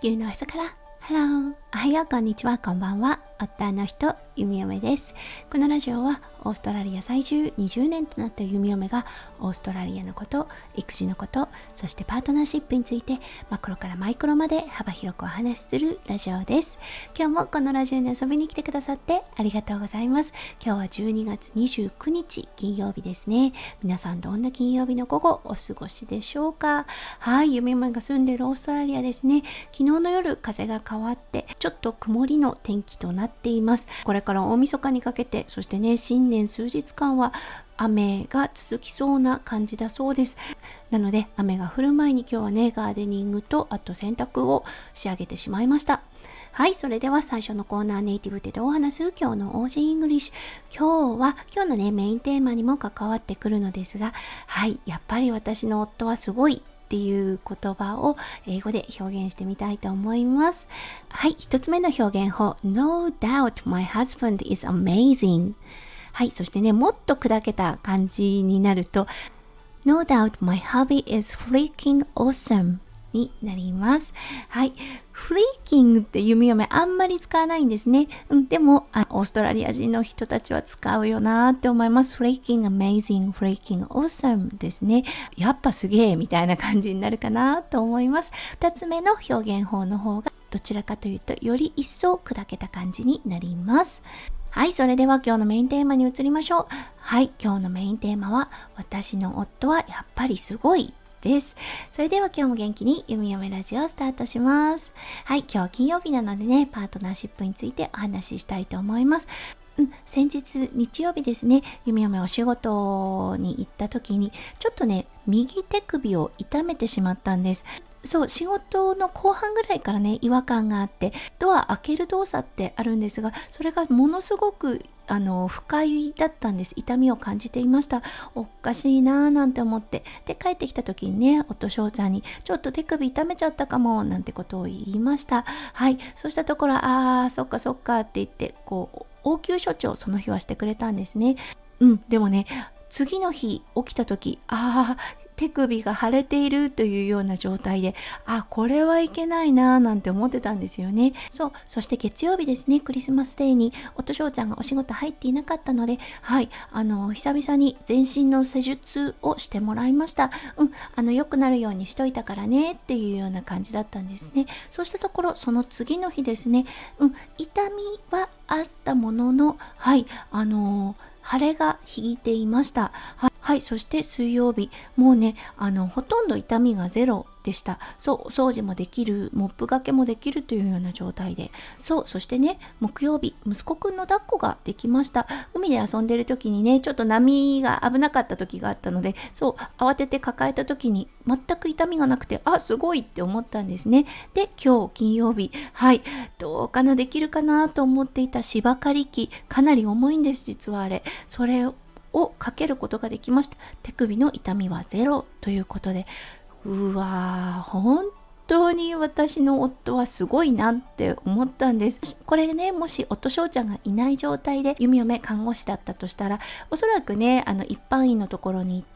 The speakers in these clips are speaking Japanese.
球の朝からハロー、おはよう、こんにちは、こんばんは。夫の人、ゆみおめです。このラジオはオーストラリア在住20年となったゆみおめがオーストラリアのこと、育児のこと、そしてパートナーシップについてマクロからマイクロまで幅広くお話しするラジオです。今日もこのラジオに遊びに来てくださってありがとうございます。今日は12月29日金曜日ですね。皆さんどんな金曜日の午後お過ごしでしょうか。はい、ゆみおめが住んでいるオーストラリアですね。昨日の夜風が変わってちょっと曇りの天気となっています。これから大晦日にかけて、そしてね、新年数日間は雨が続きそうな感じだそうです。なので雨が降る前に今日はね、ガーデニングとあと洗濯を仕上げてしまいました。はい、それでは最初のコーナー、ネイティブでどう話す今日の OG イングリッシュ。今日のね、メインテーマにも関わってくるのですが、はい、やっぱり私の夫はすごいっていう言葉を英語で表現してみたいと思います。はい、一つ目の表現法、No doubt my husband is amazing。はい、そしてね、もっと砕けた感じになると、No doubt my hubby is freaking awesomeになります。はい。フリーキングって弓嫁あんまり使わないんですね。でもオーストラリア人の人たちは使うよなって思います。フリーキング amazing、フリーキング awesome ですね。やっぱすげえみたいな感じになるかなと思います。二つ目の表現法の方がどちらかというとより一層砕けた感じになります。はい、それでは今日のメインテーマに移りましょう。はい、今日のメインテーマは私の夫はやっぱりすごいです。それでは今日も元気にゆみよめラジオをスタートします。はい、今日は金曜日なのでね、パートナーシップについてお話ししたいと思います。先日日曜日ですね、ゆみよめお仕事に行った時にちょっとね、右手首を痛めてしまったんです。そう、仕事の後半ぐらいからね、違和感があって、ドア開ける動作ってあるんですが、それがものすごく不快だったんです。痛みを感じていました。おかしいなーなんて思って、で帰ってきた時にね、夫翔ちゃんにちょっと手首痛めちゃったかもなんてことを言いました。はい、そうしたところ、そっかそっかって言って応急処置をその日はしてくれたんですね。でもね、次の日起きた時、手首が腫れているというような状態で、これはいけないななんて思ってたんですよね。そして月曜日ですね、クリスマスデーに夫翔ちゃんがお仕事入っていなかったので、はい、久々に全身の施術をしてもらいました。良くなるようにしといたからねっていうような感じだったんですね。そうしたところ、その次の日ですね、痛みはあったものの、はい、腫れが引いていました。はい、そして水曜日、もうね、ほとんど痛みがゼロでした。そう、掃除もできる、モップがけもできるというような状態で。そしてね、木曜日、息子くんの抱っこができました。海で遊んでる時にね、ちょっと波が危なかった時があったので、慌てて抱えた時に全く痛みがなくて、すごいって思ったんですね。で、今日金曜日、はい、どうかな、できるかなと思っていた芝刈り機、かなり重いんです、実はあれ。それをかけることができました。手首の痛みはゼロということで、本当に私の夫はすごいなって思ったんです。これね、もし夫翔ちゃんがいない状態で弓嫁看護師だったとしたら、おそらくね、一般医のところに行って、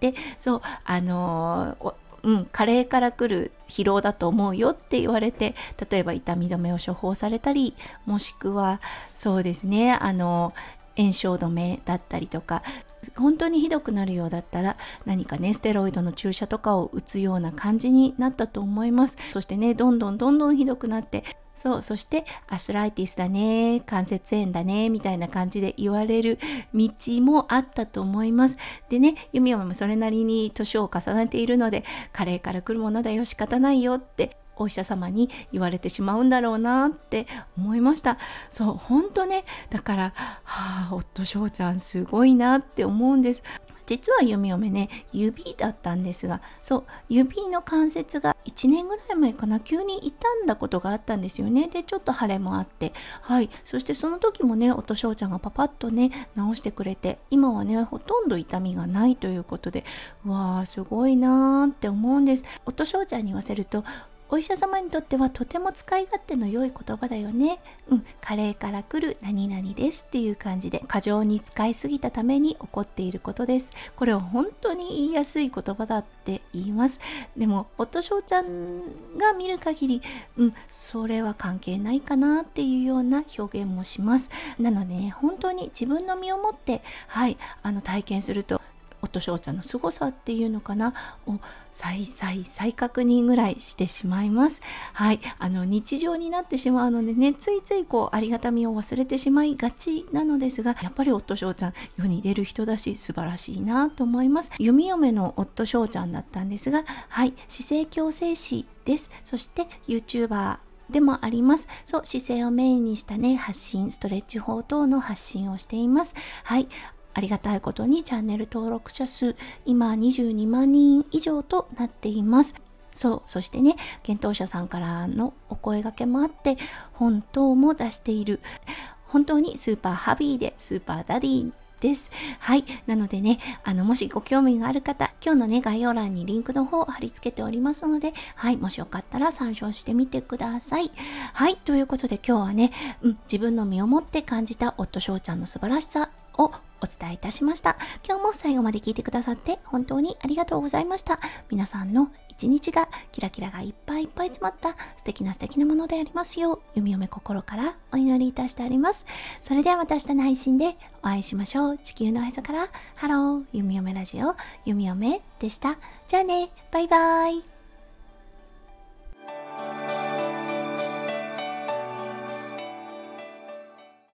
加齢から来る疲労だと思うよって言われて、例えば痛み止めを処方されたり、もしくはそうですね、炎症止めだったりとか、本当にひどくなるようだったら何かね、ステロイドの注射とかを打つような感じになったと思います。そしてね、どんどんひどくなって、そしてアスライティスだね、関節炎だねみたいな感じで言われる道もあったと思います。でね、弓嫁もそれなりに年を重ねているので、加齢から来るものだよ、仕方ないよってお医者様に言われてしまうんだろうなって思いました。本当ね、だから夫翔ちゃんすごいなって思うんです。実は弓嫁ね、指だったんですが、指の関節が1年ぐらい前かな、急に傷んだことがあったんですよね。で、ちょっと腫れもあって、はい、そしてその時もね、夫翔ちゃんがパパッとね、治してくれて、今はね、ほとんど痛みがないということで、すごいなーって思うんです。夫翔ちゃんに言わせると、 お医者様にとってはとても使い勝手の良い言葉だよね。加齢から来る何々ですっていう感じで、過剰に使いすぎたために起こっていることです。これは本当に言いやすい言葉だって言います。でも夫翔ちゃんが見る限り、それは関係ないかなっていうような表現もします。なのでね、本当に自分の身をもって体験すると、夫翔ちゃんの凄さっていうのかなを再確認ぐらいしてしまいます。日常になってしまうのでね、ついついありがたみを忘れてしまいがちなのですが、やっぱり夫翔ちゃん世に出る人だし素晴らしいなと思います。弓嫁の夫翔ちゃんだったんですが、姿勢矯正士です。そして YouTuberでもあります。姿勢をメインにしたね、発信、ストレッチ法等の発信をしています。ありがたいことにチャンネル登録者数、今22万人以上となっています。そしてね、検討者さんからのお声掛けもあって、本等も出している。本当にスーパーハビーでスーパーダディです。なのでね、もしご興味がある方、今日のね、概要欄にリンクの方を貼り付けておりますので、もしよかったら参照してみてください。ということで今日はね、自分の身をもって感じた夫翔ちゃんの素晴らしさをお伝えいたしました。今日も最後まで聞いてくださって本当にありがとうございました。皆さんの一日がキラキラがいっぱいいっぱい詰まった素敵なものでありますよう、弓嫁心からお祈りいたしてあります。それではまた明日の配信でお会いしましょう。地球のへそからハロー、弓嫁ラジオ、弓嫁でした。じゃあね、バイバイ。